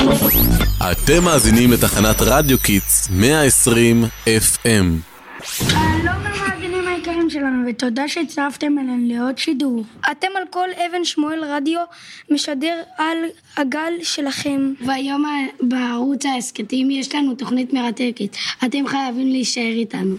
אתם מאזינים לתחנת רדיו קיטס 120 FM. שלום למאזינים היקרים שלנו, ותודה שהצטרפתם אלינו לעוד שידור. אתם על כל אבן שמואל רדיו משדר על הגל שלכם. והיום בערוץ ההסכתים יש לנו תוכנית מרתקת. אתם חייבים להישאר איתנו.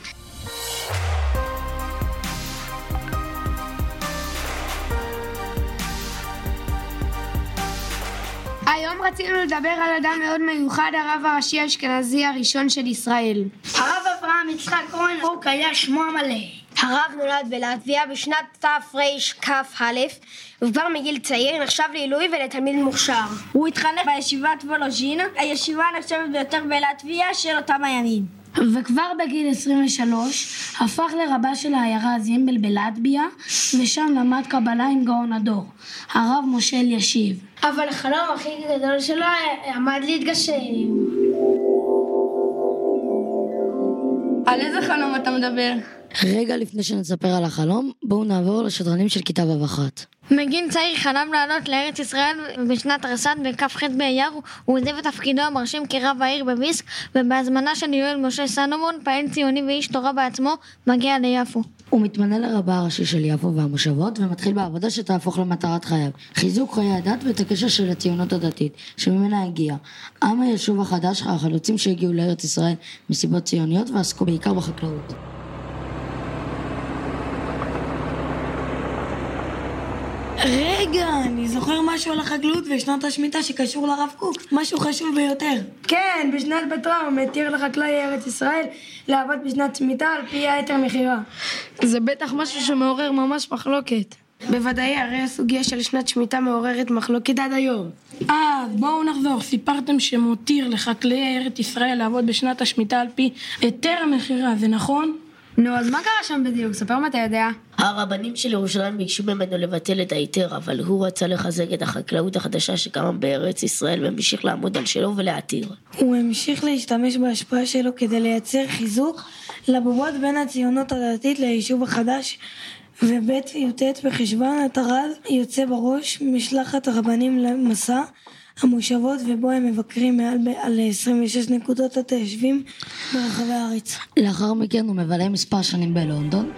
היום רצינו לדבר על אדם מאוד מיוחד, הרב הראשי האשכנזי הראשון של ישראל. הרב אברהם יצחק כהן קוק היה שמו המלא. הרב נולד בלטביה בשנת תרכ"א, וכבר מגיל צעיר נחשב לעילוי ולתלמיד מוכשר. הוא התחנך בישיבת וולוז'ין, הישיבה הנחשבת ביותר בלטביה של אותם הימים. וכבר בגיל 23 הפך לרבה של העיירה זימבל בלטביה, ושם למד קבלה עם גאון הדור, הרב משה אלישיב. אבל החלום הכי גדול שלו עמד להתגשם. על איזה חלום אתה מדבר? רגע לפני שנספר על החלום, בואו נעבור לשדרנים של כיתה ו'1. מגיל צעיר חלם לעלות לארץ ישראל, ובשנת תרס"ד בכ"ח באייר הוא עוזב את תפקידו המרשים כרב העיר בביסק, ובהזמנה של יואל משה סלומון, פעיל ציוני ואיש תורה בעצמו, מגיע ליפו. הוא מתמנה לרבה הראשי של יפו והמושבות, ומתחיל בעבודה שתהפוך למטרת חייו, חיזוק חיי הדת ואת הקשר של הציונות הדתית שממנה הגיע עם היישוב החדש, החלוצים שהגיעו לארץ ישראל מסיבות ציוניות ועסקו בעיקר בחקלאות. רגע, אני זוכר משהו על החקלאות ושנת השמיטה שקשור לרב קוק, משהו חשוב ביותר. כן, בשנת בתרה הוא מתיר לחקלאי ארץ ישראל לעבוד בשנת שמיטה על פי היתר מחירה. זה בטח משהו שמעורר ממש מחלוקת. בוודאי, הרי הסוגיה של שנת שמיטה מעוררת מחלוקת עד היום. בואו נחזור. סיפרתם שמותיר לחקלאי ארץ ישראל לעבוד בשנת השמיטה על פי היתר המחירה, זה נכון? נו, אז מה קרה שם בדיוק? ספר מה אתה יודע. הרבנים של ירושלים ביקשו ממנו לבטל את היתר, אבל הוא רצה לחזק את החקלאות החדשה שקמה בארץ ישראל, והמשיך לעמוד על שלו ולהתיר. הוא המשיך להשתמש בהשפעה שלו כדי לייצר חיזוק לבובות בין הציונות הדתית ליישוב החדש, ובית י"ט בחשבון התר"ל יוצא בראש משלחת הרבנים למסע המושבות, ובו הם מבקרים על 26 נקודות התיישבים ברחבי הארץ. לאחר מכן הוא מבלה מספר שנים בלונדון.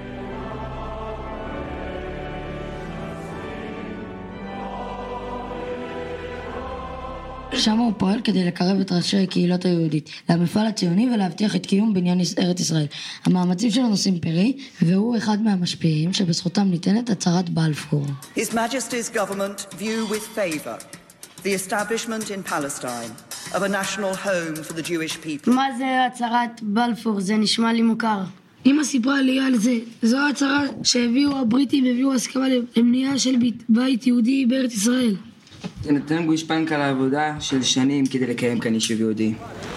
שם הוא פועל כדי לקרב את ראשי הקהילות היהודית למפעל הציוני ולהבטיח את קיום בניין ארץ ישראל. המאמצים שלו נושאים פרי, והוא אחד מהמשפיעים שבזכותם ניתנת הצהרת בלפור. His Majesty's government view with favor the establishment in Palestine of a national home for the Jewish people. מה זה הצהרת בלפור? זה נשמע לי מוכר. אמא סיפרה לי על זה. זו הצהרה שהביאו הבריטים, הביאו הסכמה לבנייה של בית יהודי בארץ ישראל. זה נתן גושפנקה לעבודה של שנים כדי לקיים כאן יישוב יהודי.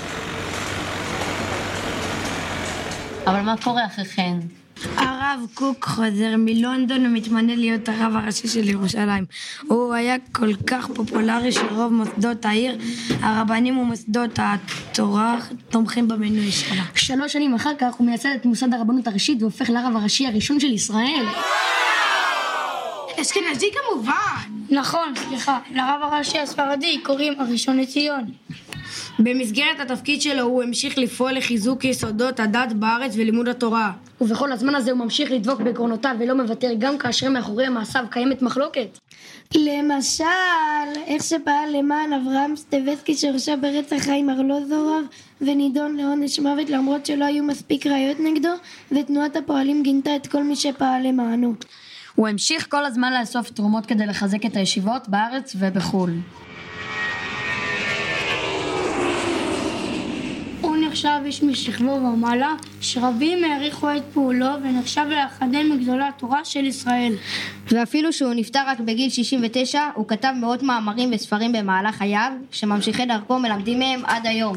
אבל מה קורה אחרי כן? הרב קוק חוזר מלונדון ומתמנה להיות הרב הראשי של ירושלים. הוא היה כל כך פופולרי שרוב מוסדות העיר, הרבנים ומוסדות התורה תומכים במינוי שלה. 3 שנים אחר כך הוא מייסד את מוסד הרבנות הראשית והופך לרב הראשי הראשון של ישראל. אשכנזי כמובן. נכון, סליחה. לרב הראשי הספרדי קוראים הראשון לציון. במסגרת התפקיד שלו הוא המשיך לפעול לחיזוק יסודות הדת בארץ ולימוד התורה. ובכל הזמן הזה הוא ממשיך לדבוק בעקרונותיו ולא מוותר גם כאשר מאחורי מעשיו קיימת מחלוקת. למשל, איך שפעל למען אברהם סטבסקי שהורשע ברצח חיים ארלוזורוב ונידון לעונש מוות למרות שלא היו מספיק ראיות נגדו, ותנועת הפועלים גינתה את כל מי שפעל למענו. הוא המשיך כל הזמן לאסוף תרומות כדי לחזק את הישיבות בארץ ובחול. הוא נחשב איש משכבו ומעלה, שרבים העריכו את פעולו ונחשב לאחדם מגדולי התורה של ישראל. ואפילו שהוא נפטר רק בגיל 69, הוא כתב מאות מאמרים וספרים במהלך חייו, שממשיכי דרכו מלמדים מהם עד היום.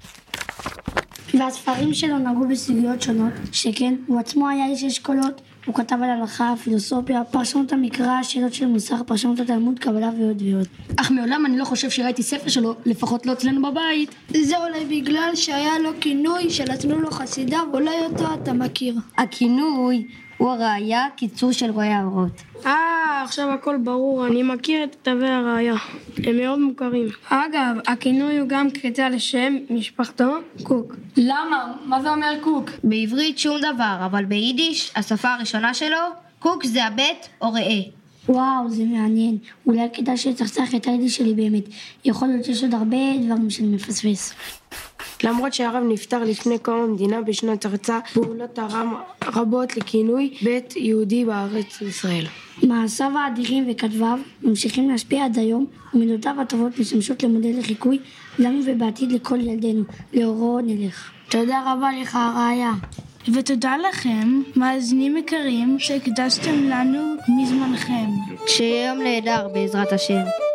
והספרים שלו נגעו בסוגיות שונות, שכן הוא עצמו היה איש אשכולות. הוא כתב על הלכה, פילוסופיה, פרשנות המקרא, שאלות של מוסר, פרשנות התלמוד, קבלה ועוד ועוד. אך מעולם אני לא חושב שראיתי ספר שלו, לפחות לא אצלנו בבית. זה אולי בגלל שהיה לו כינוי שנתנו לו חסידיו, אולי אותו אתה מכיר. הכינוי הוא הראיה, קיצור של רואי האורות. עכשיו הכל ברור, אני מכיר את תווי הראיה, הם מאוד מוכרים. אגב, הכינוי הוא גם קריצה לשם משפחתו, קוק. למה? מה זה אומר קוק? בעברית שום דבר, אבל ביידיש, השפה הראשונה שלו, קוק זה הבית או ראה. וואו, זה מעניין. אולי כדאי שצחצח את היידיש שלי באמת. יכול להיות שיש עוד הרבה דברים שאני מפספס. למרות שהרב נפטר לפני קום המדינה בשנת תרצ"ה, והוא לא תרם רבות לכינוי בית יהודי בארץ ישראל. מעשיו האדירים וכתביו ממשיכים להשפיע עד היום, ומידותיו הטובות משמשות למודל לחיקוי לנו ובעתיד לכל ילדינו. לאורו נלך. תודה רבה לך הראיה. ותודה לכם, מאזינים יקרים, שהקדשתם לנו מזמנכם. שיהיה יום נהדר בעזרת השם.